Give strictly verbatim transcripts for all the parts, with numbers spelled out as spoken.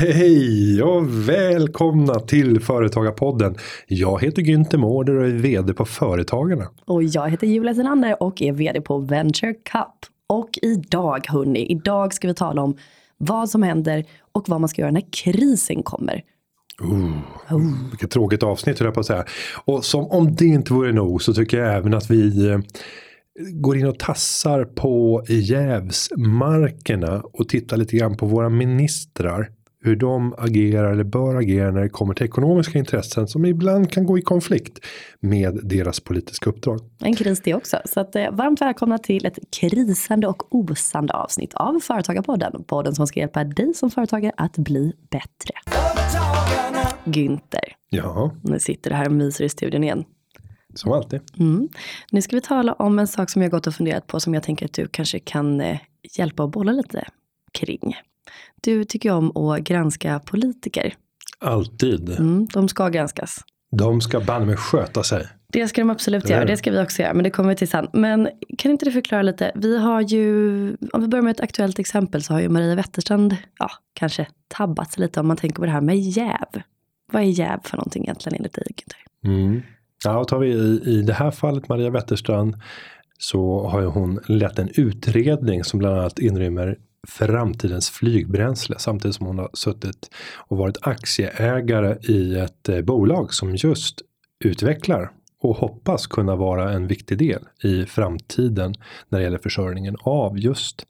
Hej och välkomna till Företagarpodden. Jag heter Günther Mårder och är vd på Företagarna. Och jag heter Julia Zelander och är vd på Venture Cup. Och idag, hörni, idag ska vi tala om vad som händer och vad man ska göra när krisen kommer. Oh, oh. Vilket tråkigt avsnitt, höll jag på att säga. Och som om det inte vore nog så tycker jag även att vi eh, går in och tassar på jävsmarkerna och tittar lite grann på våra ministrar. Hur de agerar eller bör agera när det kommer till ekonomiska intressen som ibland kan gå i konflikt med deras politiska uppdrag. En kris det också. Så att, eh, varmt välkomna till ett krisande och osande avsnitt av Företagarpodden. Podden som ska hjälpa dig som företagare att bli bättre. Günther. Ja. Nu sitter du här och myser i studion igen. Som alltid. Mm. Nu ska vi tala om en sak som jag gått och funderat på som jag tänker att du kanske kan eh, hjälpa och bolla lite kring. Du tycker om att granska politiker. Alltid. Mm, de ska granskas. De ska banne mig sköta sig. Det ska de absolut göra. Det ska vi också göra. Men det kommer vi till sen. Men kan inte du förklara lite? Vi har ju, om vi börjar med ett aktuellt exempel så har ju Maria Wetterstrand ja, kanske tabbat sig lite om man tänker på det här med jäv. Vad är jäv för någonting egentligen enligt dig, Günther? Mm. Ja, och tar vi i, i det här fallet Maria Wetterstrand så har ju hon lett en utredning som bland annat inrymmer framtidens flygbränsle samtidigt som hon har suttit och varit aktieägare i ett eh, bolag som just utvecklar och hoppas kunna vara en viktig del i framtiden när det gäller försörjningen av just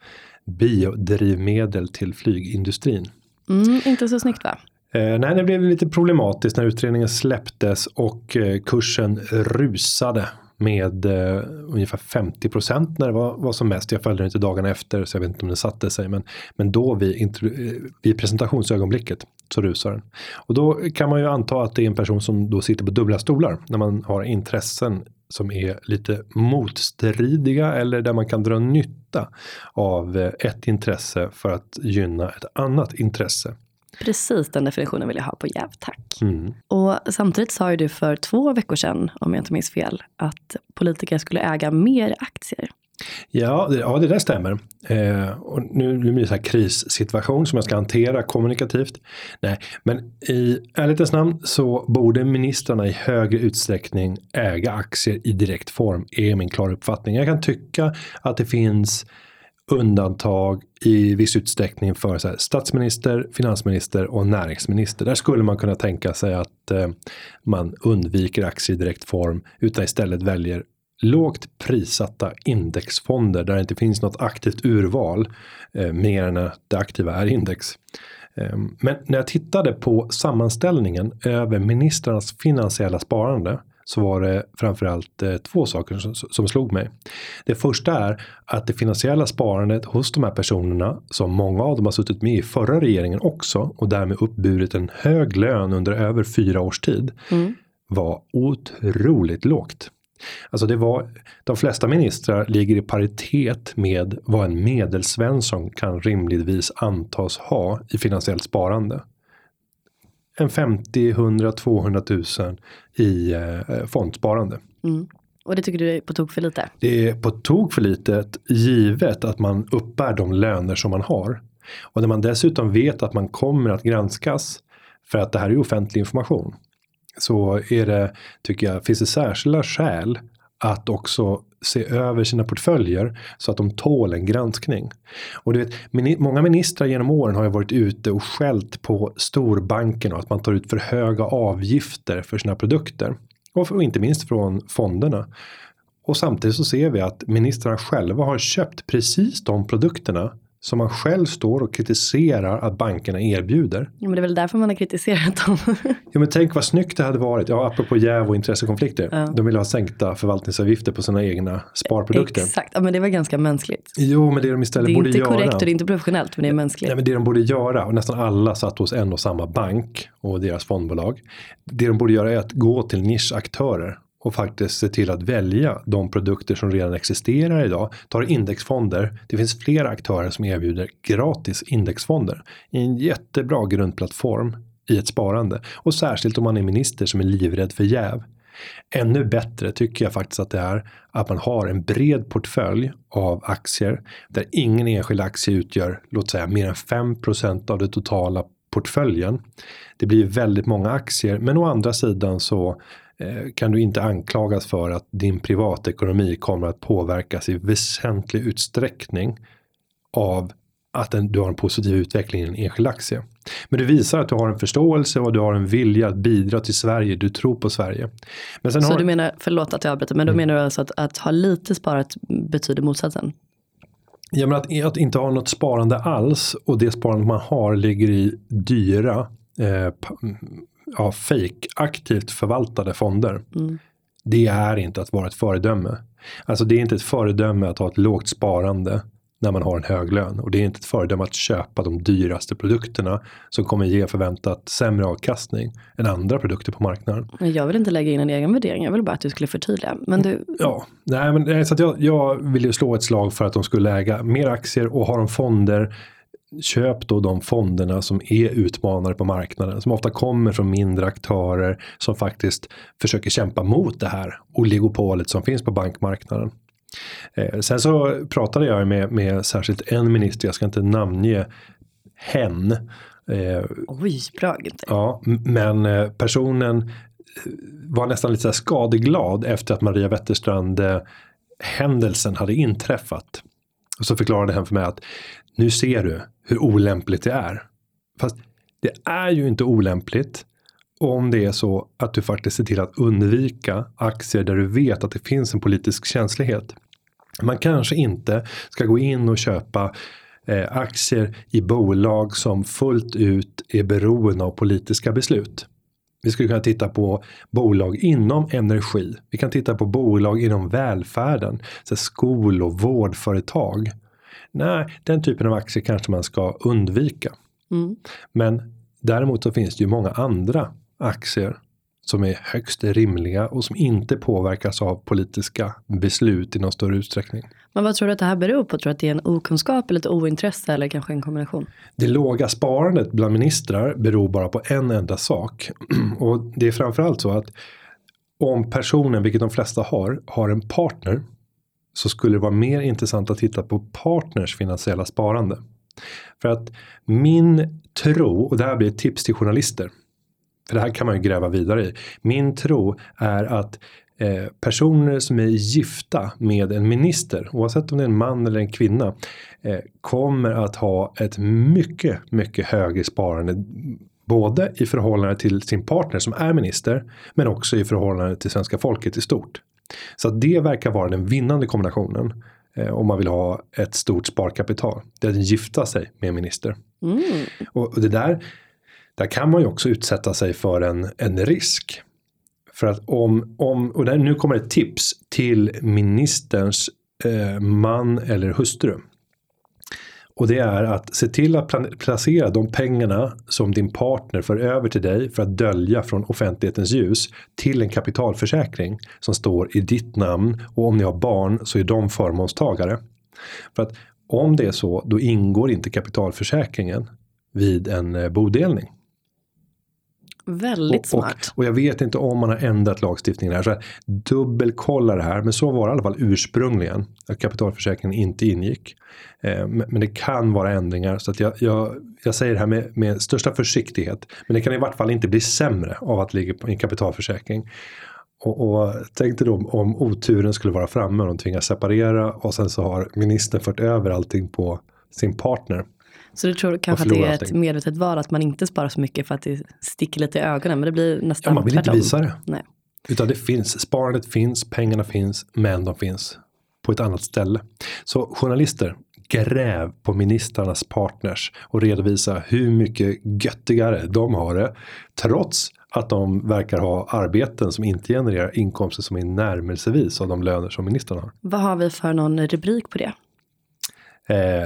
biodrivmedel till flygindustrin. Mm, inte så snyggt va? Eh, nej, det blev lite problematiskt när utredningen släpptes och eh, kursen rusade med eh, ungefär femtio procent när det var, var som mest. Jag följde det inte dagarna efter så jag vet inte om det satte sig. Men, men då vid, intro, vid presentationsögonblicket så rusar den. Och då kan man ju anta att det är en person som då sitter på dubbla stolar. När man har intressen som är lite motstridiga eller där man kan dra nytta av ett intresse för att gynna ett annat intresse. Precis den definitionen vill jag ha på jäv, tack. Mm. Och samtidigt sa ju du för två veckor sedan, om jag inte minns fel, att politiker skulle äga mer aktier. Ja, det, ja, det där stämmer. Eh, och nu, nu blir det så här krissituation som jag ska hantera kommunikativt. Nej, men i ärlighetens namn så borde ministrarna i högre utsträckning äga aktier i direkt form, är min klara uppfattning. Jag kan tycka att det finns undantag i viss utsträckning för så här, statsminister, finansminister och näringsminister. Där skulle man kunna tänka sig att eh, man undviker aktier i direkt form utan istället väljer lågt prissatta indexfonder där det inte finns något aktivt urval eh, mer än att det aktiva är index. Eh, men när jag tittade på sammanställningen över ministrarnas finansiella sparande så var det framförallt eh, två saker som, som slog mig. Det första är att det finansiella sparandet hos de här personerna, som många av dem har suttit med i förra regeringen också och därmed uppburit en hög lön under över fyra års tid, mm. var otroligt lågt. Alltså det var, de flesta ministrar ligger i paritet med vad en medelsvensson kan rimligtvis antas ha i finansiellt sparande. En femtio, hundra, tvåhundratusen i eh, fondsparande. Mm. Och det tycker du är på tok för lite? Det är på tok för litet givet att man uppbär de löner som man har. Och när man dessutom vet att man kommer att granskas för att det här är offentlig information. Så är det, tycker jag, finns det särskilda skäl att också se över sina portföljer så att de tål en granskning. Och du vet, många ministrar genom åren har ju varit ute och skällt på storbankerna och att man tar ut för höga avgifter för sina produkter. Och inte minst från fonderna. Och samtidigt så ser vi att ministrarna själva har köpt precis de produkterna som man själv står och kritiserar att bankerna erbjuder. Ja, men det är väl därför man har kritiserat dem. Ja, men tänk vad snyggt det hade varit. Ja, apropå jäv och intressekonflikter. Ja. De vill ha sänkta förvaltningsavgifter på sina egna sparprodukter. Exakt, ja, men det var ganska mänskligt. Jo, men det de istället borde göra. Det är inte korrekt och det är inte professionellt, men det är mänskligt. Nej, men det de borde göra, och nästan alla satt hos en och samma bank och deras fondbolag. Det de borde göra är att gå till nischaktörer och faktiskt se till att välja de produkter som redan existerar idag. Tar indexfonder. Det finns flera aktörer som erbjuder gratis indexfonder. En jättebra grundplattform i ett sparande. Och särskilt om man är minister som är livrädd för jäv. Ännu bättre tycker jag faktiskt att det är att man har en bred portfölj av aktier där ingen enskild aktie utgör, låt säga, mer än fem procent av det totala portföljen. Det blir väldigt många aktier, men å andra sidan så eh, kan du inte anklagas för att din privatekonomi kommer att påverkas i väsentlig utsträckning av att en, du har en positiv utveckling i en enskild aktie. Men du visar att du har en förståelse och du har en vilja att bidra till Sverige. Du tror på Sverige. Men sen så har... du menar, förlåt att jag avbryter, men då mm. menar du alltså att, att ha lite sparat betyder motsatsen? Ja, men att, att inte ha något sparande alls och det sparande man har ligger i dyra, eh, ja, fake, aktivt förvaltade fonder. Mm. Det är inte att vara ett föredöme. Alltså det är inte ett föredöme att ha ett lågt sparande när man har en hög lön. Och det är inte ett föredöme att köpa de dyraste produkterna som kommer ge förväntat sämre avkastning än andra produkter på marknaden. Jag vill inte lägga in en egen värdering. Jag vill bara att du skulle förtydliga. Men du... Ja, nej, men så att jag, jag vill ju slå ett slag för att de skulle äga mer aktier och har de fonder. Köp då de fonderna som är utmanare på marknaden. Som ofta kommer från mindre aktörer som faktiskt försöker kämpa mot det här oligopolet som finns på bankmarknaden. Eh, sen så pratade jag med, med särskilt en minister, jag ska inte namnge hen. Eh, Oj, bra inte. Ja, men eh, personen var nästan lite så här skadeglad efter att Maria Wetterstrand eh, händelsen hade inträffat. Och så förklarade hen för mig att nu ser du hur olämpligt det är. Fast det är ju inte olämpligt om det är så att du faktiskt ser till att undvika aktier där du vet att det finns en politisk känslighet. Man kanske inte ska gå in och köpa eh, aktier i bolag som fullt ut är beroende av politiska beslut. Vi skulle kunna titta på bolag inom energi. Vi kan titta på bolag inom välfärden, så skol- och vårdföretag. Nej, den typen av aktier kanske man ska undvika. Mm. Men däremot så finns det ju många andra aktier som är högst rimliga och som inte påverkas av politiska beslut i någon större utsträckning. Men vad tror du att det här beror på? Tror du att det är en okunskap eller ett ointresse eller kanske en kombination? Det låga sparandet bland ministrar beror bara på en enda sak. Och det är framförallt så att om personen, vilket de flesta har, har en partner, så skulle det vara mer intressant att titta på partners finansiella sparande. För att min tro, och det här blir ett tips till journalister, för det här kan man ju gräva vidare i. Min tro är att eh, personer som är gifta med en minister, oavsett om det är en man eller en kvinna, eh, kommer att ha ett mycket, mycket högre sparande. Både i förhållande till sin partner som är minister, men också i förhållande till svenska folket i stort. Så att det verkar vara den vinnande kombinationen eh, om man vill ha ett stort sparkapital. Det är att gifta sig med en minister. Mm. Och, och det där... Där kan man ju också utsätta sig för en, en risk. För att om, om och där, nu kommer ett tips till ministerns eh, man eller hustru. Och det är att se till att plan- placera de pengarna som din partner för över till dig för att dölja från offentlighetens ljus till en kapitalförsäkring som står i ditt namn. Och om ni har barn så är de förmånstagare. För att om det är så, då ingår inte kapitalförsäkringen vid en eh, bodelning. Väldigt smart. Och, och jag vet inte om man har ändrat lagstiftningen här. Så här, dubbelkolla det här. Men så var det i alla fall ursprungligen. Att kapitalförsäkringen inte ingick. Eh, men, men det kan vara ändringar. Så att jag, jag, jag säger det här med, med största försiktighet. Men det kan i vart fall inte bli sämre av att ligga på en kapitalförsäkring. Och, och tänkte då om oturen skulle vara framme och de tvingas separera. Och sen så har ministern fört över allting på sin partner. Så du tror kanske att det är ett medvetet val att man inte sparar så mycket för att det sticker lite i ögonen. Men det blir nästan ja, man vill tvärtom. Inte visa det. Nej. Utan det finns, sparandet finns, pengarna finns, men de finns på ett annat ställe. Så journalister, gräv på ministrarnas partners och redovisa hur mycket göttigare de har det. Trots att de verkar ha arbeten som inte genererar inkomster som är närmelsevis av de löner som ministrarna har. Vad har vi för någon rubrik på det? Eh,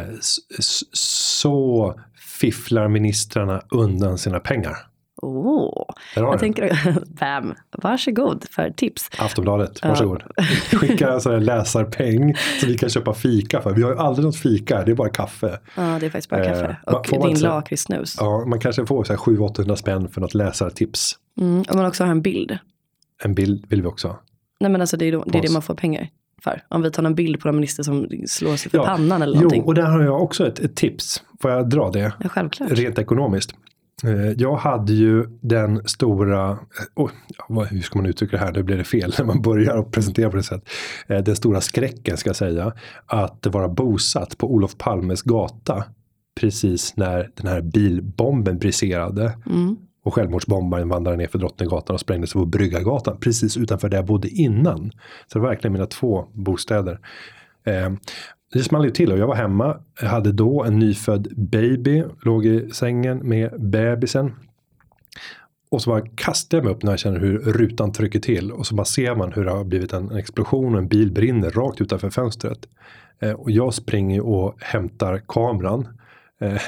så fifflar ministrarna undan sina pengar. Åh, oh, jag tänker, bam, varsågod för tips. Aftonbladet, varsågod. Ja. Skicka en sån här läsarpeng så vi kan köpa fika för. Vi har ju aldrig något fika, det är bara kaffe. Ja, det är faktiskt bara kaffe. Eh, och din lakritssnus. Ja, man kanske får så här sju åttahundra spänn för något läsartips. Mm, och man också har en bild. En bild vill vi också ha. Nej, men alltså det är, då, det, är det man får pengar för. Om vi tar en bild på en minister som slår sig för ja. pannan eller någonting. Jo, och där har jag också ett, ett tips. Får jag dra det? Ja, självklart. Rent ekonomiskt. Jag hade ju den stora, oh, hur ska man uttrycka det här, nu blir det fel när man börjar och presentera på det sätt. Den stora skräcken ska jag säga, att vara bosatt på Olof Palmes gata precis när den här bilbomben briserade. Mm. Och självmordsbombaren vandrade ner för Drottninggatan och sprängdes på Bryggargatan precis utanför där jag bodde innan. Så det var verkligen mina två bostäder. Eh, det small ju till och jag var hemma. Jag hade då en nyfödd baby, låg i sängen med bebisen. Och så bara kastade jag mig upp när jag känner hur rutan trycker till. Och så bara ser man hur det har blivit en, en explosion och en bil brinner rakt utanför fönstret. Eh, och jag springer och hämtar kameran. Eh,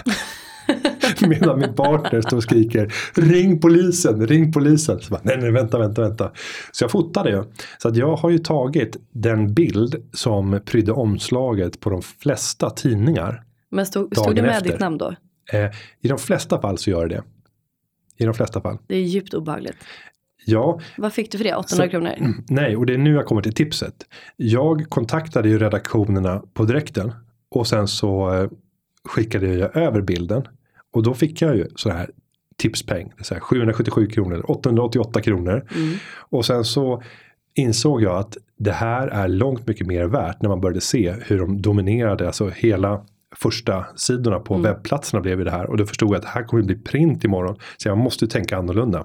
medan min partner står och skriker ring polisen, ring polisen. Så bara, nej, nej, vänta, vänta, vänta. Så jag fotade ju. Så att jag har ju tagit den bild som prydde omslaget på de flesta tidningar. Men stod, stod det med efter. Ditt namn då? Eh, I de flesta fall så gör det. I de flesta fall. Det är djupt obehagligt. Ja. Vad fick du för det? åttahundra så, kronor? Nej, och det är nu jag kommer till tipset. Jag kontaktade ju redaktionerna på direkten. Och sen så eh, skickade jag över bilden. Och då fick jag ju så här tipspeng. Så här sjuhundrasjuttiosju kronor, åttahundraåttioåtta kronor. Mm. Och sen så insåg jag att det här är långt mycket mer värt när man började se hur de dominerade. Alltså hela första sidorna på mm. webbplatserna blev det här. Och då förstod jag att det här kommer bli print imorgon. Så jag måste tänka annorlunda.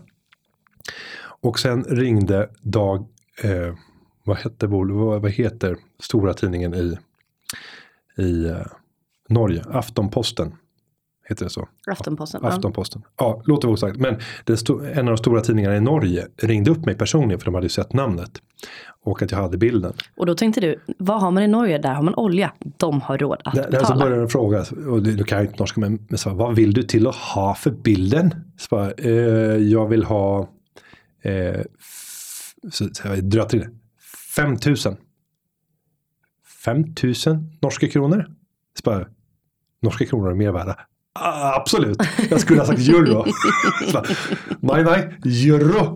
Och sen ringde Dag, eh, vad heter, vad, vad heter stora tidningen i, i eh, Norge? Aftonposten. Heter det så? Aftonposten. Aftonposten. Ja, låter vara sagt. Men det stod, en av de stora tidningarna i Norge ringde upp mig personligen för de hade sett namnet. Och att jag hade bilden. Och då tänkte du, vad har man i Norge? Där har man olja. De har råd att betala. Där så började de fråga, och du kan ju inte norska, men, men så, vad vill du till att ha för bilden? Så bara, eh, jag vill ha eh, f- så, så jag drar till det. fem tusen. fem tusen norska kronor? Så bara, norska kronor är mer värda. Ah, absolut. Jag skulle ha sagt euro. nej, nej. Euro.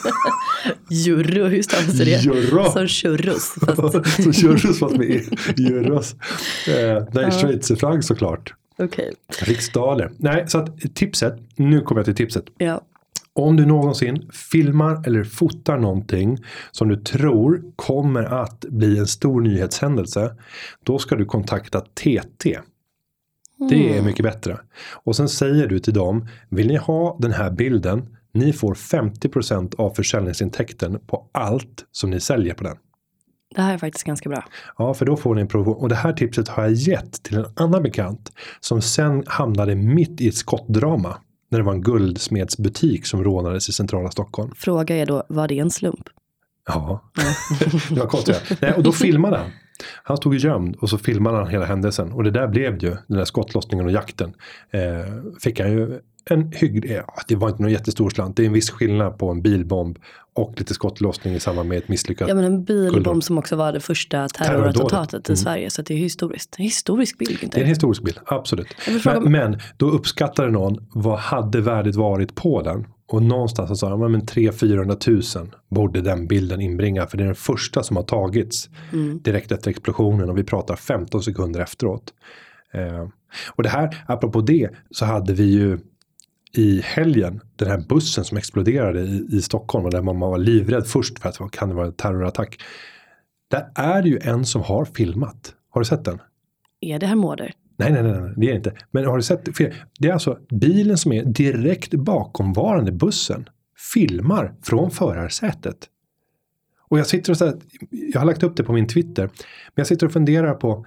Euro, hur stavas det? Euro. Som churros. Fast... Som churros fast med euros. Eh, nej, uh. schweizerfranc såklart. Okej. Okay. Riksdaler. Nej, så att tipset. Nu kommer jag till tipset. Ja. Om du någonsin filmar eller fotar någonting som du tror kommer att bli en stor nyhetshändelse. Då ska du kontakta T T. Det är mycket bättre. Och sen säger du till dem, vill ni ha den här bilden? Ni får femtio procent av försäljningsintäkten på allt som ni säljer på den. Det här är faktiskt ganska bra. Ja, för då får ni en provision. Och det här tipset har jag gett till en annan bekant som sen hamnade mitt i ett skottdrama. När det var en guldsmedsbutik som rånades i centrala Stockholm. Fråga är då, var det en slump? Ja, det var konstigt. Nej, och då filmade han. Han stod gömd och så filmade han hela händelsen. Och det där blev ju, den där skottlossningen och jakten. Eh, fick han ju en hygglig, ja, det var inte någon jättestor slant. Det är en viss skillnad på en bilbomb och lite skottlossning i samband med ett misslyckat. Ja, men en bilbomb guldom. Som också var det första terrorattentatet i mm. Sverige. Så det är historiskt. En historisk bild. Inte? Det är en historisk bild, absolut. Men, men då uppskattade någon, vad hade värdet varit på den? Och någonstans så sa han, men tre till fyrahundratusen borde den bilden inbringa. För det är den första som har tagits mm. direkt efter explosionen. Och vi pratar femton sekunder efteråt. Eh, och det här, apropå det, så hade vi ju i helgen den här bussen som exploderade i, i Stockholm. Och där man var livrädd först för att det kan vara en terrorattack. Där är det ju en som har filmat. Har du sett den? Är det här Mårder? Nej, nej, nej, nej, det är inte. Men har du sett, det är alltså bilen som är direkt bakomvarande bussen filmar från förarsätet. Och jag sitter och så här, jag har lagt upp det på min Twitter, men jag sitter och funderar på,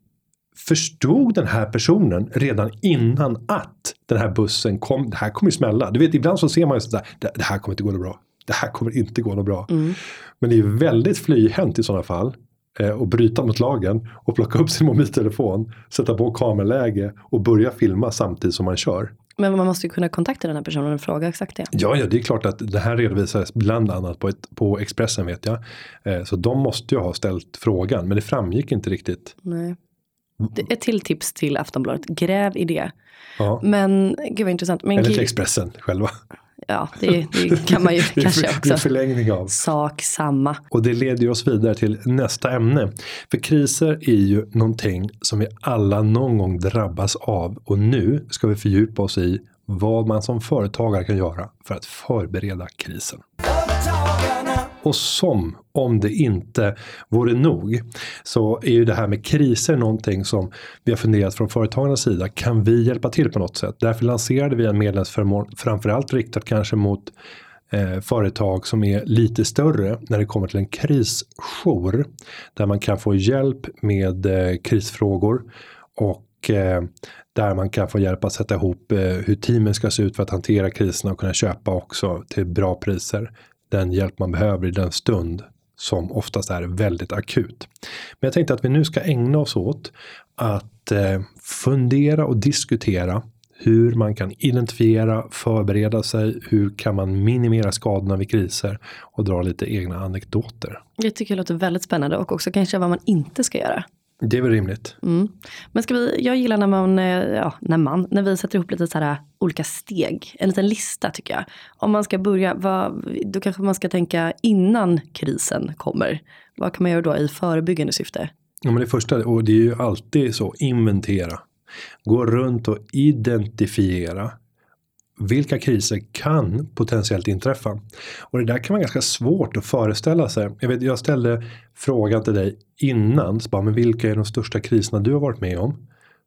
förstod den här personen redan innan att den här bussen kom, det här kommer ju smälla. Du vet, ibland så ser man ju sådär, det, det här kommer inte gå något bra. Det här kommer inte gå något bra. Mm. Men det är väldigt flyhänt i sådana fall. Och bryta mot lagen och plocka upp sin mobiltelefon, sätta på kamerläge och börja filma samtidigt som man kör. Men man måste ju kunna kontakta den här personen och fråga exakt det. Ja, ja, det är klart att det här redovisades bland annat på, ett, på Expressen, vet jag. Eh, så de måste ju ha ställt frågan, men det framgick inte riktigt. Nej. Det är ett till tips till Aftonbladet. Gräv i det. Ja. Men gud vad intressant. Men eller till Expressen själva. Ja, det, det kan man ju kanske för, också. Det är förlängning av. Sak samma. Och det leder oss vidare till nästa ämne. För kriser är ju någonting som vi alla någon gång drabbas av. Och nu ska vi fördjupa oss i, vad man som företagare kan göra för att förbereda krisen. Och som om det inte vore nog så är ju det här med kriser någonting som vi har funderat från företagarnas sida. Kan vi hjälpa till på något sätt? Därför lanserade vi en medlemsförmån framförallt riktat kanske mot eh, företag som är lite större när det kommer till en krisjour. Där man kan få hjälp med eh, krisfrågor och eh, där man kan få hjälp att sätta ihop eh, hur teamen ska se ut för att hantera kriserna och kunna köpa också till bra priser den hjälp man behöver i den stund som oftast är väldigt akut. Men jag tänkte att vi nu ska ägna oss åt att eh, fundera och diskutera hur man kan identifiera, förbereda sig, hur kan man minimera skadorna vid kriser och dra lite egna anekdoter. Jag tycker det låter väldigt spännande och också kanske vad man inte ska göra. Det är väl rimligt. Mm. Men ska vi, jag gillar när man, ja, när man, när vi sätter ihop lite så här olika steg. En liten lista tycker jag. Om man ska börja, vad, då kanske man ska tänka innan krisen kommer. Vad kan man göra då i förebyggande syfte? Ja, men det första, och det är ju alltid så, inventera. Gå runt och identifiera. Vilka kriser kan potentiellt inträffa? Och det där kan vara ganska svårt att föreställa sig. Jag vet, jag ställde frågan till dig innan. Så bara, men vilka är de största kriserna du har varit med om?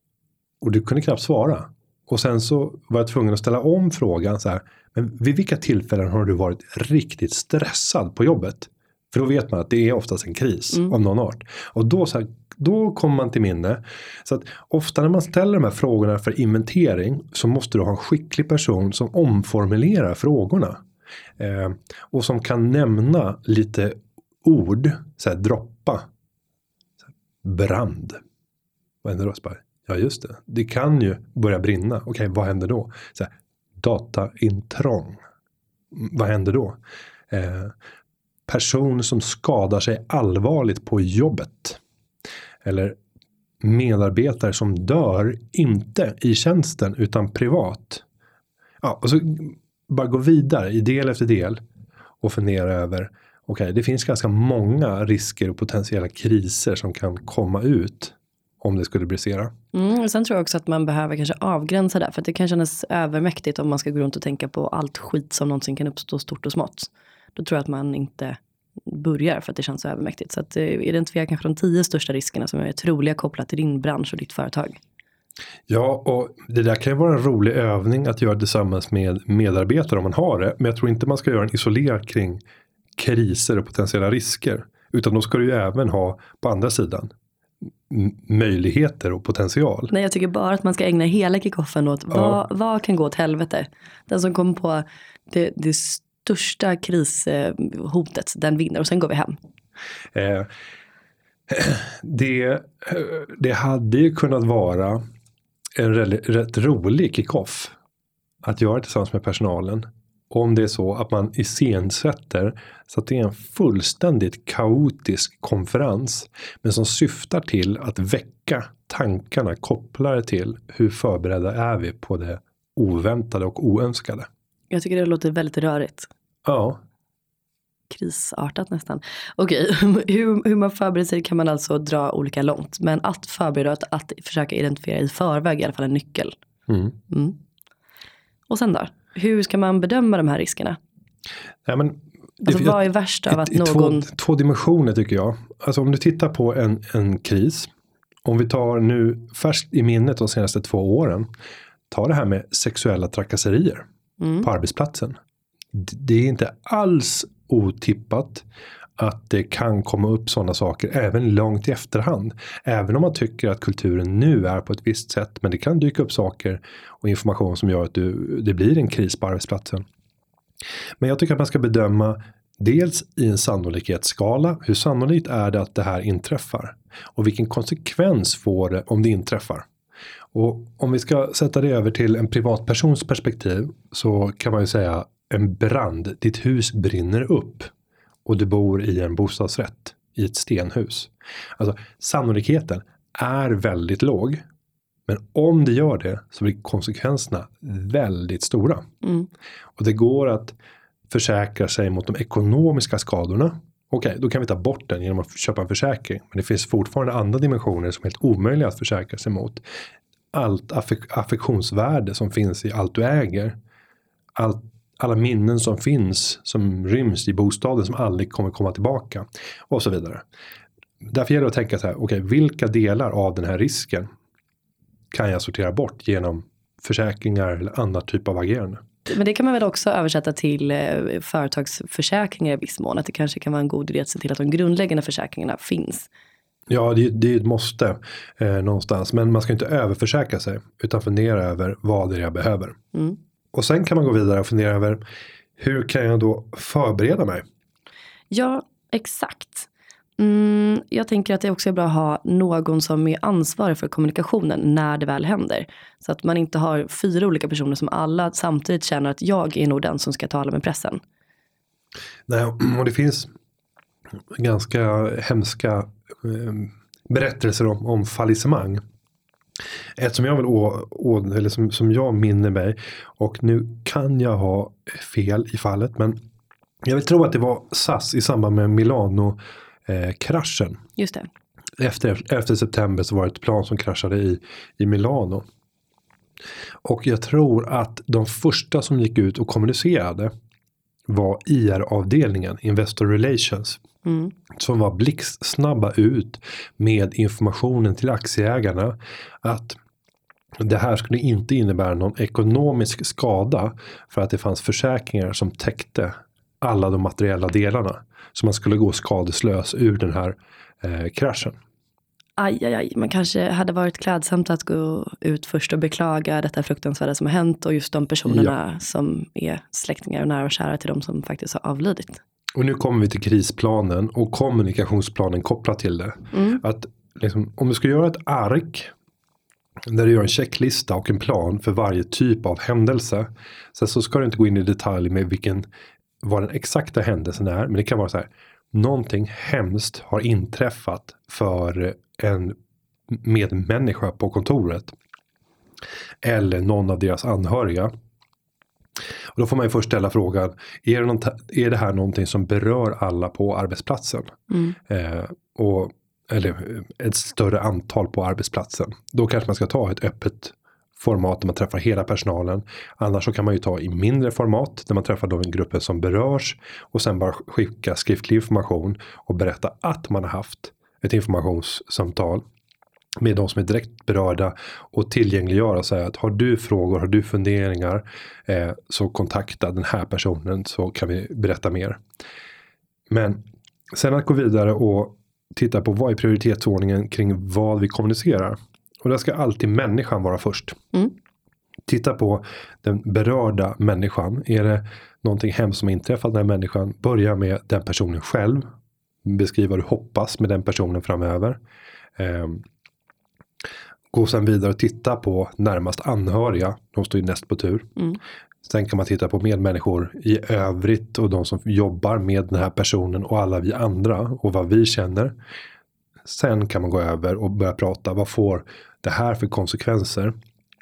Och du kunde knappt svara. Och sen så var jag tvungen att ställa om frågan så här. Men vid vilka tillfällen har du varit riktigt stressad på jobbet? För då vet man att det är oftast en kris mm. av någon art. Och då, så här, då kommer man till minne. Så att ofta när man ställer de här frågorna för inventering så måste du ha en skicklig person som omformulerar frågorna. Eh, och som kan nämna lite ord. Så här, droppa. Så här, brand. Vad händer då? Ja just det. Det kan ju börja brinna. Okej, vad händer då? Så här, dataintrång. Vad händer då? Eh, person som skadar sig allvarligt på jobbet. Eller medarbetare som dör inte i tjänsten utan privat. Ja, och så bara gå vidare i del efter del och fundera över okej, okay, det finns ganska många risker och potentiella kriser som kan komma ut om det skulle brisera. Mm, och sen tror jag också att man behöver kanske avgränsa det, för att det kan kännas övermäktigt om man ska gå runt och tänka på allt skit som någonsin kan uppstå stort och smått. Då tror jag att man inte börjar för att det känns så övermäktigt. Så att uh, identifiera kanske de tio största riskerna som är troliga kopplat till din bransch och ditt företag. Ja, och det där kan ju vara en rolig övning att göra tillsammans med medarbetare om man har det. Men jag tror inte man ska göra en isolerad kring kriser och potentiella risker. Utan då ska du ju även ha på andra sidan m- möjligheter och potential. Nej, jag tycker bara att man ska ägna hela kickoffen åt vad, ja. vad kan gå åt helvete. Den som kommer på det, det största krishotet, den vinner och sen går vi hem. Eh, det, det hade ju kunnat vara en rätt, rätt rolig kickoff att göra tillsammans med personalen. Om det är så att man iscensätter så att det är en fullständigt kaotisk konferens. Men som syftar till att väcka tankarna kopplade till hur förberedda är vi på det oväntade och oönskade. Jag tycker det låter väldigt rörigt. Ja. Krisartat nästan. Okej, hur, hur man förbereder sig kan man alltså dra olika långt. Men att förbereda, att, att försöka identifiera i förväg i alla fall en nyckel. Mm. Mm. Och sen då? Hur ska man bedöma de här riskerna? Ja, men, alltså, vad är värst av att i, i någon... Två, två dimensioner tycker jag. Alltså om du tittar på en, en kris. Om vi tar nu färskt i minnet de senaste två åren. Ta det här med sexuella trakasserier mm. på arbetsplatsen. Det är inte alls otippat att det kan komma upp sådana saker även långt i efterhand. Även om man tycker att kulturen nu är på ett visst sätt. Men det kan dyka upp saker och information som gör att du, det blir en kris på arbetsplatsen. Men jag tycker att man ska bedöma dels i en sannolikhetsskala. Hur sannolikt är det att det här inträffar? Och vilken konsekvens får det om det inträffar? Och om vi ska sätta det över till en privatpersons perspektiv så kan man ju säga en brand. Ditt hus brinner upp. Och du bor i en bostadsrätt i ett stenhus. Alltså sannolikheten är väldigt låg. Men om det gör det så blir konsekvenserna väldigt stora. Mm. Och det går att försäkra sig mot de ekonomiska skadorna. Okej, då kan vi ta bort den genom att köpa en försäkring. Men det finns fortfarande andra dimensioner som är helt omöjliga att försäkra sig mot. allt aff- affektionsvärde som finns i allt du äger. Allt, alla minnen som finns, som ryms i bostaden, som aldrig kommer komma tillbaka. Och så vidare. Därför gäller det att tänka så här, okej, okay, vilka delar av den här risken kan jag sortera bort genom försäkringar eller annan typ av agerande? Men det kan man väl också översätta till eh, företagsförsäkringar i viss mån. Att det kanske kan vara en god idé att se till att de grundläggande försäkringarna finns. Ja, det, det är ett måste eh, någonstans. Men man ska inte överförsäkra sig utan fundera över vad det är jag behöver. Mm. Och sen kan man gå vidare och fundera över hur kan jag då förbereda mig? Ja, exakt. Mm, jag tänker att det också är bra att ha någon som är ansvarig för kommunikationen när det väl händer. Så att man inte har fyra olika personer som alla samtidigt känner att jag är nog den som ska tala med pressen. Nej, och det finns ganska hemska eh, berättelser om, om fallissemang. Ett som jag vill å, å, eller som, som jag minner mig, och nu kan jag ha fel i fallet, men jag vill tro att det var S A S i samband med Milano Eh, kraschen. Just det. Efter, efter september så var det ett plan som kraschade i, i Milano. Och jag tror att de första som gick ut och kommunicerade var I R-avdelningen, Investor Relations. Mm. Som var blixtsnabba ut med informationen till aktieägarna att det här skulle inte innebära någon ekonomisk skada för att det fanns försäkringar som täckte alla de materiella delarna. Så man skulle gå skadeslös ur den här eh, kraschen. Aj, aj, aj. Man kanske hade varit klädsamt att gå ut först och beklaga detta fruktansvärda som har hänt. Och just de personerna ja. som är släktingar och nära och kära till de som faktiskt har avlidit. Och nu kommer vi till krisplanen och kommunikationsplanen kopplat till det. Mm. Att liksom, om du ska göra ett ark där du gör en checklista och en plan för varje typ av händelse. Sen så ska du inte gå in i detalj med vilken, vad den exakta händelsen är. Men det kan vara så här. Någonting hemskt har inträffat för en medmänniska på kontoret. Eller någon av deras anhöriga. Och då får man ju först ställa frågan. Är det, något, är det här någonting som berör alla på arbetsplatsen? Mm. Eh, och, eller ett större antal på arbetsplatsen. Då kanske man ska ta ett öppet format där man träffar hela personalen. Annars så kan man ju ta i mindre format där man träffar de gruppen som berörs. Och sen bara skicka skriftlig information och berätta att man har haft ett informationssamtal med de som är direkt berörda och tillgängliggöra och säga att har du frågor, har du funderingar eh, så kontakta den här personen så kan vi berätta mer. Men sen att gå vidare och titta på vad är prioritetsordningen kring vad vi kommunicerar. Och där ska alltid människan vara först. Mm. Titta på den berörda människan. Är det någonting hemskt som inträffat när människan börjar med den personen själv. Beskriva vad du hoppas med den personen framöver. Eh, gå sen vidare och titta på närmast anhöriga. De står ju näst på tur. Mm. Sen kan man titta på medmänniskor i övrigt och de som jobbar med den här personen och alla vi andra och vad vi känner. Sen kan man gå över och börja prata. Vad får det här för konsekvenser?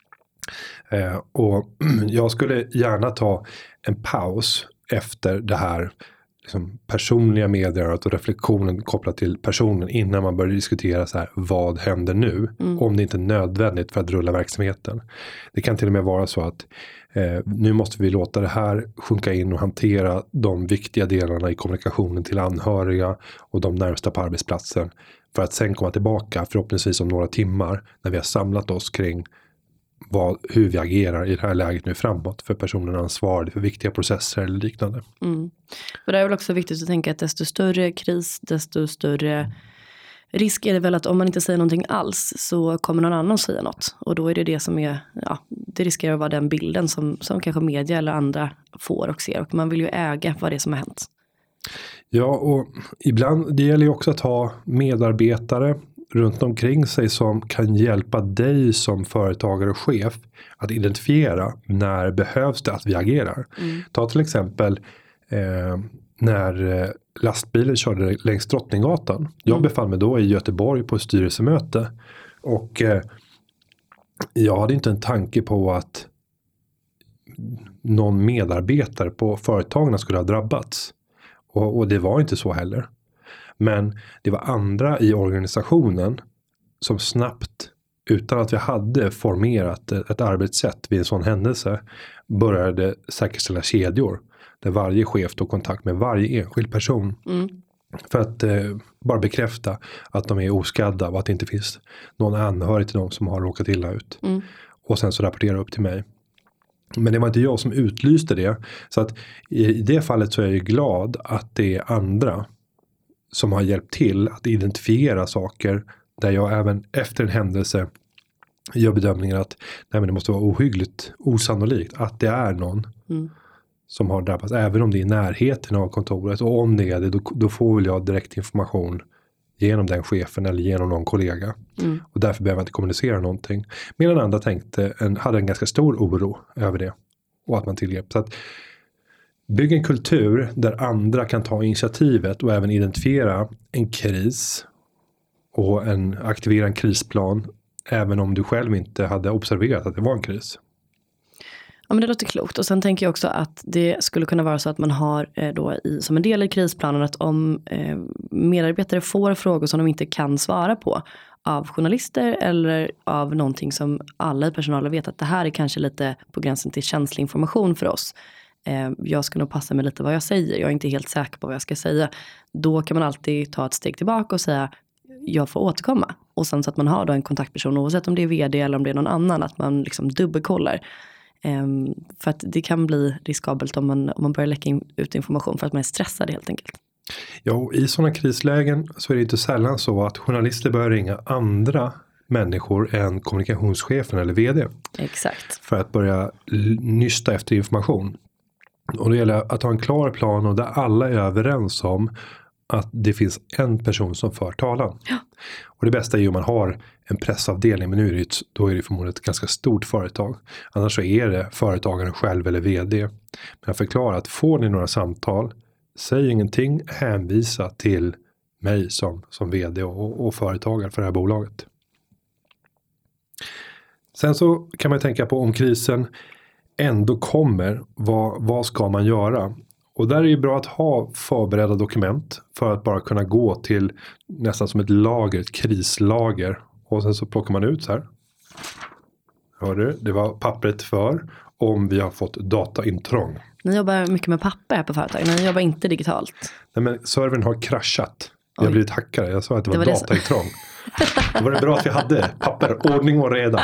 Eh, och jag skulle gärna ta en paus efter det här liksom, personliga meddelandet och reflektionen kopplat till personen innan man börjar diskutera så här, vad händer nu? Mm. Om det inte är nödvändigt för att rulla verksamheten. Det kan till och med vara så att eh, nu måste vi låta det här sjunka in och hantera de viktiga delarna i kommunikationen till anhöriga och de närmsta på arbetsplatsen. För att sen komma tillbaka förhoppningsvis om några timmar när vi har samlat oss kring vad, hur vi agerar i det här läget nu framåt för personen ansvarig för viktiga processer eller liknande. Mm. Och det är väl också viktigt att tänka att desto större kris, desto större risk är det väl att om man inte säger någonting alls så kommer någon annan säga något. Och då är det det som är, ja, det riskerar att vara den bilden som, som kanske media eller andra får och ser. Och man vill ju äga vad det är som har hänt. Ja, och ibland, det gäller ju också att ha medarbetare runt omkring sig som kan hjälpa dig som företagare och chef att identifiera när behövs det att vi agerar. Mm. Ta till exempel eh, när lastbilen körde längs Drottninggatan. Jag mm. befann mig då i Göteborg på ett styrelsemöte och eh, jag hade inte en tanke på att någon medarbetare på företagen skulle ha drabbats. Och, och det var inte så heller. Men det var andra i organisationen som snabbt utan att vi hade formerat ett arbetssätt vid en sån händelse började säkerställa kedjor där varje chef tog kontakt med varje enskild person. Mm. För att eh, bara bekräfta att de är oskadda och att det inte finns någon anhörig till dem som har råkat illa ut. Mm. Och sen så rapportera upp till mig. Men det var inte jag som utlyste det. Så att i det fallet så är jag ju glad att det är andra som har hjälpt till att identifiera saker där jag även efter en händelse gör bedömningen att nej, men det måste vara ohyggligt osannolikt att det är någon mm. som har drabbats. Även om det är i närheten av kontoret. Och om det är det, då, då får väl jag direkt information genom den chefen eller genom någon kollega. Mm. Och därför behöver jag inte kommunicera någonting. Medan andra tänkte, en, hade en ganska stor oro över det. Och att man tillgrep. Så att bygga en kultur där andra kan ta initiativet och även identifiera en kris. Och en, aktivera en krisplan. Även om du själv inte hade observerat att det var en kris. Ja, men det låter klokt. Och sen tänker jag också att det skulle kunna vara så att man har eh, då i, som en del i krisplanen att om eh, medarbetare får frågor som de inte kan svara på av journalister eller av någonting som alla i personalen vet att det här är kanske lite på gränsen till känslig information för oss. Eh, jag ska nog passa mig lite vad jag säger. Jag är inte helt säker på vad jag ska säga. Då kan man alltid ta ett steg tillbaka och säga jag får återkomma. Och sen så att man har då en kontaktperson oavsett om det är vd eller om det är någon annan att man liksom dubbelkollar. Um, för att det kan bli riskabelt om man, om man börjar läcka in, ut information för att man är stressad helt enkelt. Ja, och i sådana krislägen så är det inte sällan så att journalister börjar ringa andra människor än kommunikationschefen eller vd. Exakt. För att börja nysta efter information. Och det gäller att ha en klar plan och där alla är överens om att det finns en person som för talan. Ja. Och det bästa är ju om man har en pressavdelning, men nu är det, då är det förmodligen ett ganska stort företag. Annars så är det företagaren själv eller vd. Men jag förklarar att får ni några samtal, säg ingenting, hänvisa till mig som, som vd och, och företagare för det här bolaget. Sen så kan man tänka på om krisen ändå kommer, vad, vad ska man göra? Och där är det bra att ha förberedda dokument för att bara kunna gå till nästan som ett lager, ett krislager. Och sen så plockar man ut så här. Hör du? Det var pappret för om vi har fått dataintrång. Ni jobbar mycket med papper här på företaget. Ni jobbar inte digitalt. Nej, men servern har kraschat. Jag har blivit hackare. Jag sa att det var, det var dataintrång. Det Då var det bra att vi hade papper, ordning och reda.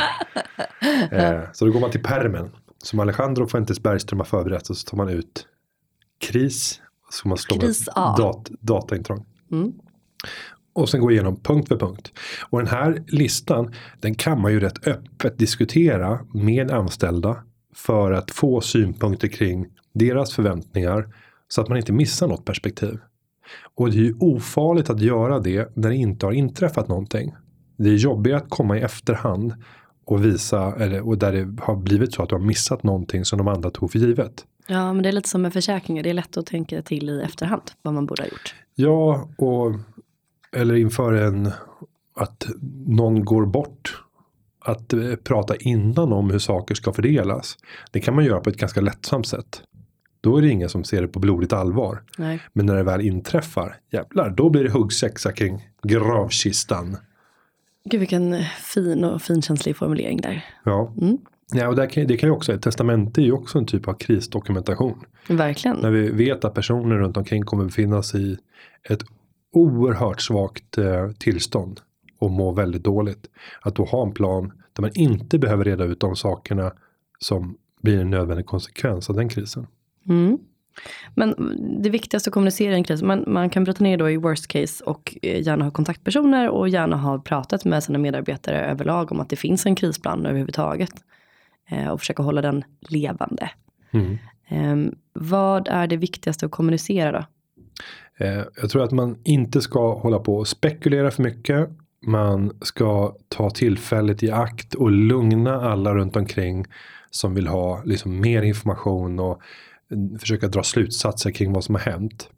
Eh, så då går man till pärmen. Som Alejandro Fuentes Bergström har förberett. Och så tar man ut kris. Så man slår kris, dat, dataintrång. Mm. Och sen gå igenom punkt för punkt. Och den här listan, den kan man ju rätt öppet diskutera med anställda. För att få synpunkter kring deras förväntningar. Så att man inte missar något perspektiv. Och det är ju ofarligt att göra det när det inte har inträffat någonting. Det är jobbigt att komma i efterhand och visa, eller, och där det har blivit så att du har missat någonting som de andra tog för givet. Ja, men det är lite som med försäkringar. Det är lätt att tänka till i efterhand vad man borde ha gjort. Ja, och eller inför en att någon går bort. Att eh, prata innan om hur saker ska fördelas. Det kan man göra på ett ganska lättsamt sätt. Då är det ingen som ser det på blodigt allvar. Nej. Men när det väl inträffar, jävlar, då blir det huggsexa kring gravkistan. Gud, vilken fin och finkänslig formulering där. Ja, mm. ja och där kan, det kan ju också, ett testamente är ju också en typ av krisdokumentation. Verkligen. När vi vet att personer runt omkring kommer befinna sig i ett oerhört svagt eh, tillstånd och må väldigt dåligt. Att då ha en plan där man inte behöver reda ut de sakerna som blir en nödvändig konsekvens av den krisen. Mm. Men det viktigaste att kommunicera i en kris, man, man kan bryta ner då i worst case och gärna ha kontaktpersoner och gärna ha pratat med sina medarbetare överlag om att det finns en krisplan överhuvudtaget eh, och försöka hålla den levande. Mm. Eh, vad är det viktigaste att kommunicera då? Eh, jag tror att man inte ska hålla på och spekulera för mycket. Man ska ta tillfället i akt och lugna alla runt omkring som vill ha liksom mer information och försöka dra slutsatser kring vad som har hänt.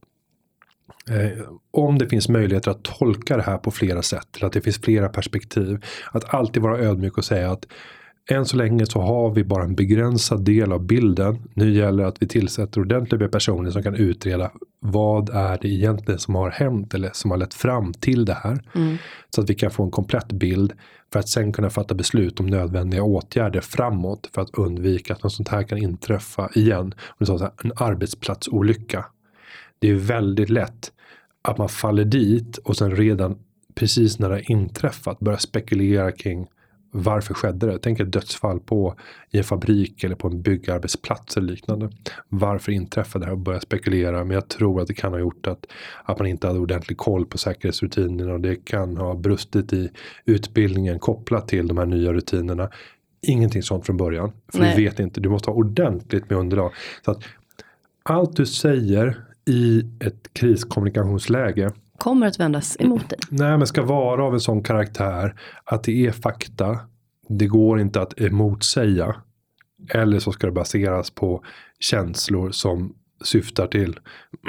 Eh, om det finns möjligheter att tolka det här på flera sätt, eller att det finns flera perspektiv, att alltid vara ödmjuk och säga att än så länge så har vi bara en begränsad del av bilden. Nu gäller det att vi tillsätter ordentligt med personer som kan utreda vad är det egentligen som har hänt eller som har lett fram till det här. Mm. Så att vi kan få en komplett bild för att sen kunna fatta beslut om nödvändiga åtgärder framåt för att undvika att något sånt här kan inträffa igen. Och så här, en arbetsplatsolycka. Det är väldigt lätt att man faller dit och sen redan precis när det har inträffat börjar spekulera kring varför skedde det? Tänk ett dödsfall på i en fabrik eller på en byggarbetsplats eller liknande. Varför inträffade det här och börja spekulera? Men jag tror att det kan ha gjort att, att man inte hade ordentlig koll på säkerhetsrutinerna och det kan ha brustit i utbildningen kopplat till de här nya rutinerna. Ingenting sånt från början. För Nej. Vi vet inte. Du måste ha ordentligt med underlag. Så att allt du säger i ett kriskommunikationsläge kommer att vändas emot dig. Nej, men ska vara av en sån karaktär att det är fakta. Det går inte att emotsäga. Eller så ska det baseras på känslor som syftar till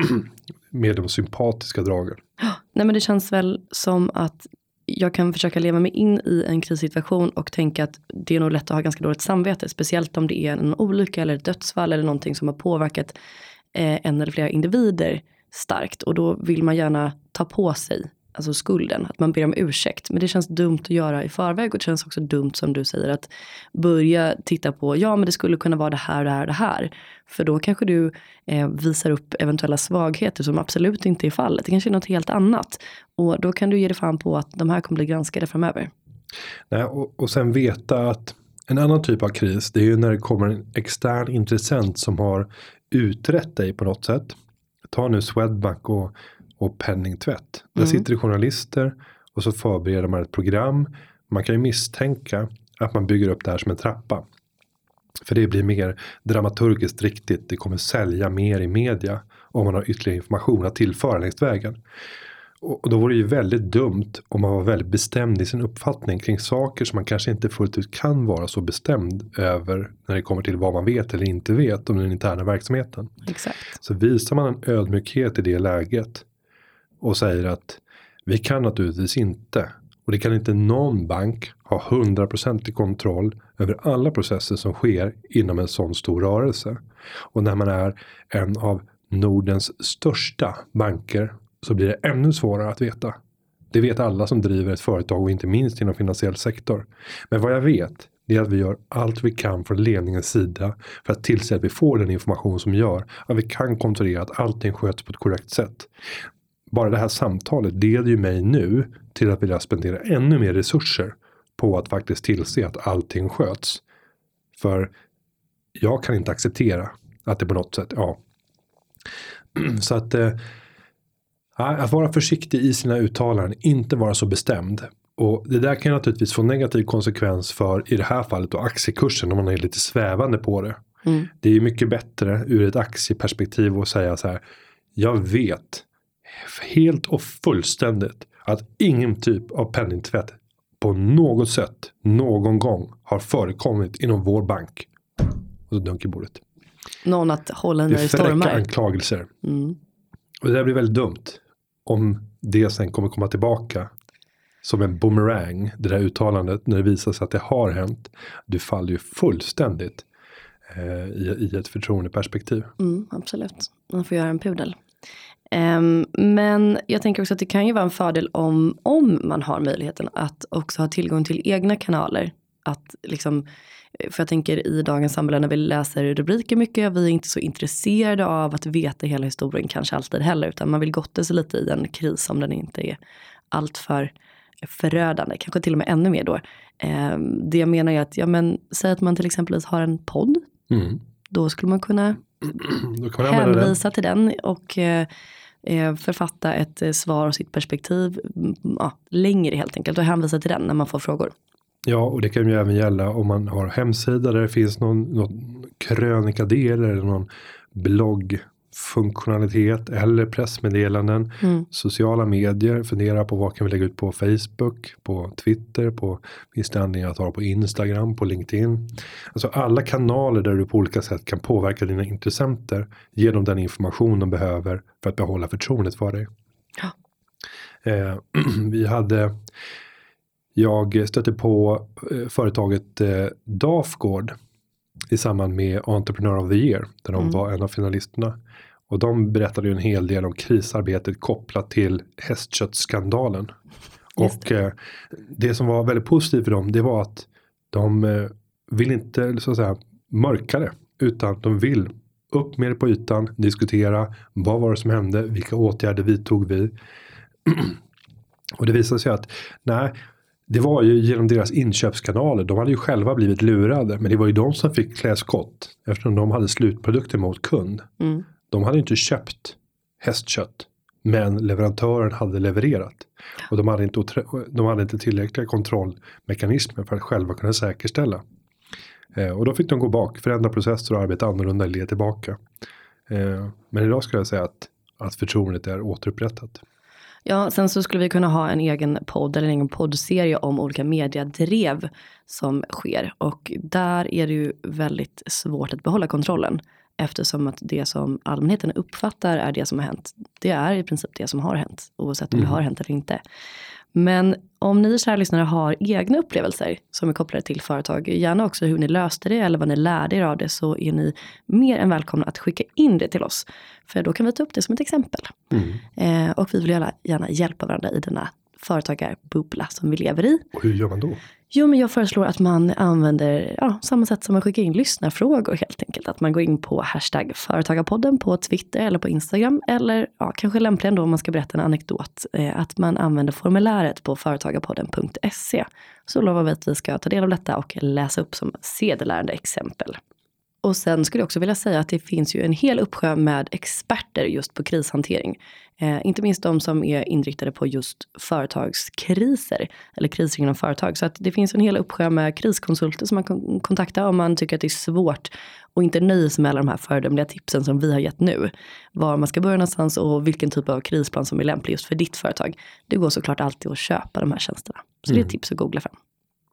med de sympatiska dragen. Nej, men det känns väl som att jag kan försöka leva mig in i en krissituation och tänka att det är nog lätt att ha ganska dåligt samvete. Speciellt om det är en olycka eller ett dödsfall eller någonting som har påverkat eh, en eller flera individer starkt. Och då vill man gärna ta på sig alltså skulden. Att man ber om ursäkt. Men det känns dumt att göra i förväg. Och det känns också dumt som du säger att börja titta på ja men det skulle kunna vara det här, det här, det här. För då kanske du eh, visar upp eventuella svagheter som absolut inte är fallet. Det kanske är något helt annat. Och då kan du ge dig fan på att de här kommer bli granskade framöver. Nej, och, och sen veta att en annan typ av kris det är ju när det kommer en extern intressent som har utrett dig på något sätt. Ta nu Swedbank och, och penningtvätt. Där mm. sitter det journalister och så förbereder man ett program. Man kan ju misstänka att man bygger upp det här som en trappa. För det blir mer dramaturgiskt riktigt. Det kommer sälja mer i media om man har ytterligare information att tillföra längs vägen. Och då vore det ju väldigt dumt om man var väldigt bestämd i sin uppfattning kring saker som man kanske inte fullt ut kan vara så bestämd över när det kommer till vad man vet eller inte vet om den interna verksamheten. Exakt. Så visar man en ödmjukhet i det läget och säger att vi kan naturligtvis inte, och det kan inte någon bank ha hundra procent i kontroll över alla processer som sker inom en sån stor rörelse. Och när man är en av Nordens största banker så blir det ännu svårare att veta. Det vet alla som driver ett företag och inte minst inom finansiell sektor. Men vad jag vet är att vi gör allt vi kan från ledningens sida för att tillse att vi får den information som gör att vi kan kontrollera att allting sköts på ett korrekt sätt. Bara det här samtalet leder ju mig nu till att vilja spendera ännu mer resurser på att faktiskt tillse att allting sköts. För jag kan inte acceptera att det på något sätt, ja. Så att eh, att vara försiktig i sina uttalanden, inte vara så bestämd. Och det där kan naturligtvis få negativ konsekvens för, i det här fallet, då aktiekursen om man är lite svävande på det. Mm. Det är mycket bättre ur ett aktieperspektiv att säga så här, jag vet helt och fullständigt att ingen typ av penningtvätt på något sätt, någon gång har förekommit inom vår bank. Och så dunk i bordet. Någon att hålla när det stormar. Det är fräcka anklagelser. Mm. Och det där blir väldigt dumt. Om det sen kommer komma tillbaka som en boomerang, det där uttalandet, när det visar sig att det har hänt. Du faller ju fullständigt eh, i, i ett förtroendeperspektiv. Mm, absolut. Man får göra en pudel. Um, men jag tänker också att det kan ju vara en fördel om, om man har möjligheten att också ha tillgång till egna kanaler. Att liksom, för jag tänker i dagens samhälle när vi läser rubriker mycket, vi är inte så intresserade av att veta hela historien kanske alltid heller, utan man vill gotta sig lite i en kris om den inte är allt för förödande, kanske till och med ännu mer då. Um, det jag menar är att, ja men, säg att man till exempel har en podd, mm. då skulle man kunna då kan man hänvisa till den och eh, författa ett eh, svar och sitt perspektiv ja, längre helt enkelt och hänvisa till den när man får frågor. Ja, och det kan ju även gälla om man har hemsida där det finns någon, någon krönikadel eller någon bloggfunktionalitet eller pressmeddelanden. Mm. Sociala medier, fundera på vad kan vi lägga ut på Facebook, på Twitter, på, finns det anledning att ha på Instagram, på LinkedIn. Alltså alla kanaler där du på olika sätt kan påverka dina intressenter, ge dem den information de behöver för att behålla förtroendet för dig. Ja. Eh, vi hade... Jag stötte på eh, företaget eh, Dafgård i samband med Entrepreneur of the Year. Där de mm. var en av finalisterna. Och de berättade ju en hel del om krisarbetet kopplat till hästköttskandalen. Och det. det som var väldigt positivt för dem, det var att de vill inte så att säga mörka det, utan de vill upp mer på ytan, diskutera vad var det som hände, vilka åtgärder vidtog vi. Och det visade sig att nej, det var ju genom deras inköpskanaler. De hade ju själva blivit lurade, men det var ju de som fick klä skott eftersom de hade slutprodukter mot kund. Mm. De hade inte köpt hästkött, men leverantören hade levererat. Och de hade inte, de hade inte tillräckliga kontrollmekanismer för att själva kunna säkerställa. Eh, och då fick de gå bak, förändra processer och arbeta annorlunda eller tillbaka. Eh, men idag skulle jag säga att, att förtroendet är återupprättat. Ja, sen så skulle vi kunna ha en egen podd eller en egen poddserie om olika mediadrev som sker. Och där är det ju väldigt svårt att behålla kontrollen. Eftersom att det som allmänheten uppfattar är det som har hänt. Det är i princip det som har hänt. Oavsett om mm. det har hänt eller inte. Men om ni kära lyssnare har egna upplevelser som är kopplade till företag. Gärna också hur ni löste det eller vad ni lärde er av det. Så är ni mer än välkomna att skicka in det till oss. För då kan vi ta upp det som ett exempel. Mm. Eh, och vi vill gärna, gärna hjälpa varandra i denna företagarbubbla som vi lever i. Och hur gör man då? Jo, men jag föreslår att man använder ja, samma sätt som man skickar in lyssnarfrågor helt enkelt. Att man går in på hashtag företagarpodden på Twitter eller på Instagram. Eller ja, kanske lämpligen då om man ska berätta en anekdot. Eh, att man använder formuläret på företagarpodden punkt se. Så lovar vi att vi ska ta del av detta och läsa upp som sedelärande exempel. Och sen skulle jag också vilja säga att det finns ju en hel uppsjö med experter just på krishantering. Eh, inte minst de som är inriktade på just företagskriser eller kriser inom företag. Så att det finns en hel uppsjö med kriskonsulter som man kan kontakta om man tycker att det är svårt och inte nöjer sig med alla de här föredömliga tipsen som vi har gett nu. Var man ska börja någonstans och vilken typ av krisplan som är lämplig just för ditt företag. Det går såklart alltid att köpa de här tjänsterna. Så mm. det är ett tips att googla fram.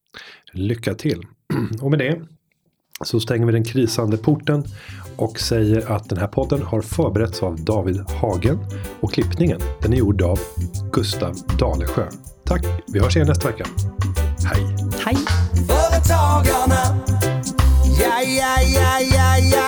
Lycka till. Och med det så stänger vi den krisande porten och säger att den här podden har förberetts av David Hagen och klippningen den är gjord av Gustav Dalesjö. Tack, vi hörs igen nästa vecka. Hej! Hej! Företagarna, ja, ja, ja, ja, ja.